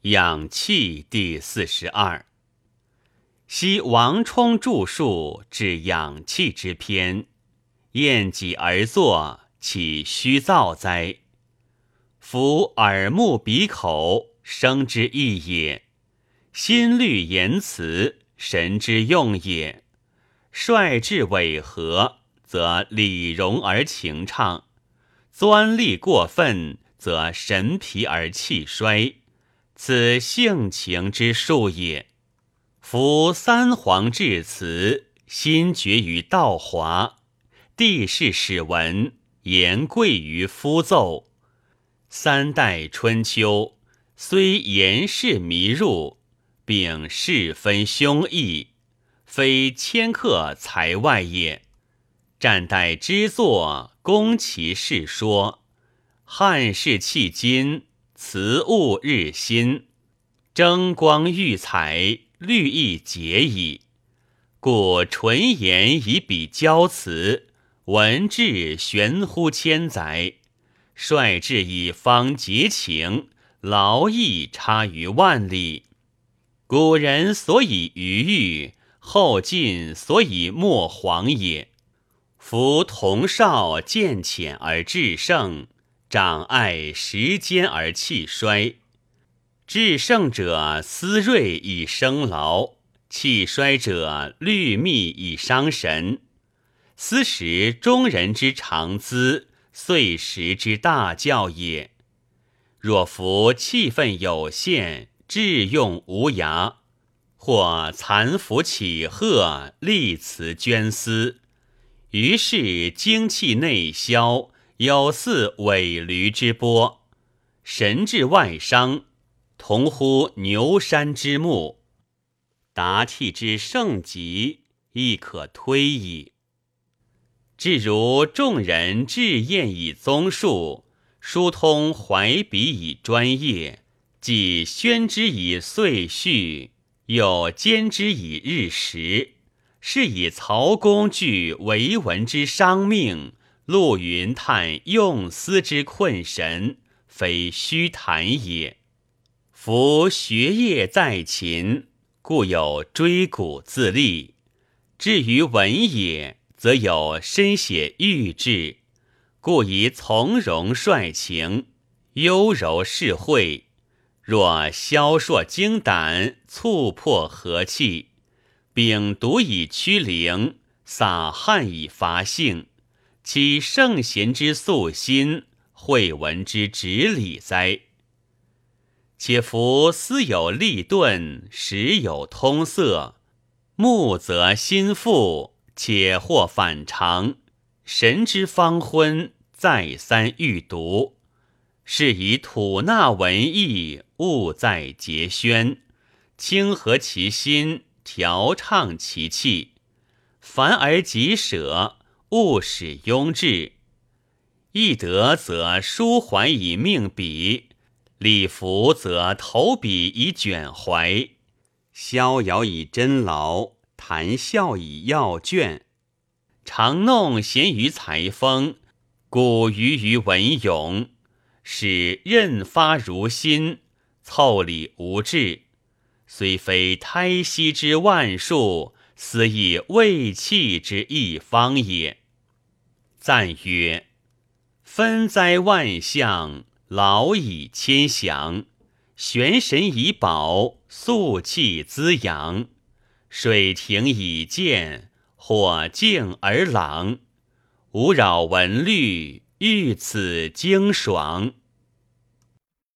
养气第42。昔王充著述治养气之篇，厌己而作，岂虚造哉？夫耳目鼻口，生之意也；心虑言辞，神之用也。率至违和，则理容而情畅；钻利过分，则神疲而气衰。此性情之术也。夫三皇至辞，心决于道华；地势使闻，言贵于夫奏。三代春秋，虽言事迷入，并事分凶异，非迁客才外也。战代之作，攻其事说；汉室迄今，辞物日新，争光育彩，虑亦竭矣。故纯言以比交辞，文志玄乎千载，率志以方结情，劳逸差于万里。古人所以愚喻，后晋所以莫黄也。夫童少渐浅而志盛，长爱时间而气衰。志盛者思锐以生劳，气衰者虑密以伤神。斯时中人之长资，岁时之大教也。若夫气愤有限，志用无涯，或残服起鹤，立辞捐丝，于是精气内消，有似尾驴之波，神志外伤，同乎牛山之木，达气之盛极，亦可推矣。至如众人志验以宗术，疏通怀笔以专业，既宣之以岁序，又兼之以日时，是以曹公据为文之伤命，陆云叹用思之困神，非虚谈也。夫学业在勤，故有追古自立；至于文也，则有深写寓志，故以从容率情，优柔适会。若消烁精胆，促破和气，秉笃以驱灵，洒汗以伐性，其圣贤之素心，惠文之直理哉？且夫思有利钝，时有通塞，目则心腹，且或反常，神之方昏，再三欲读。是以吐纳文艺，务在节宣，清和其心，调畅其气。凡而己舍，勿使庸志。易得则舒缓以命笔，礼服则投笔以卷怀，逍遥以真劳，谈笑以要卷。常弄闲于裁风，古愚于文咏，使任发如新，凑理无滞。虽非胎息之万数，斯亦胃气之一方也。赞曰：分哉万象，劳以千祥；玄神以保，肃气滋养。水庭以健，火静而朗。无扰文律，遇此经爽。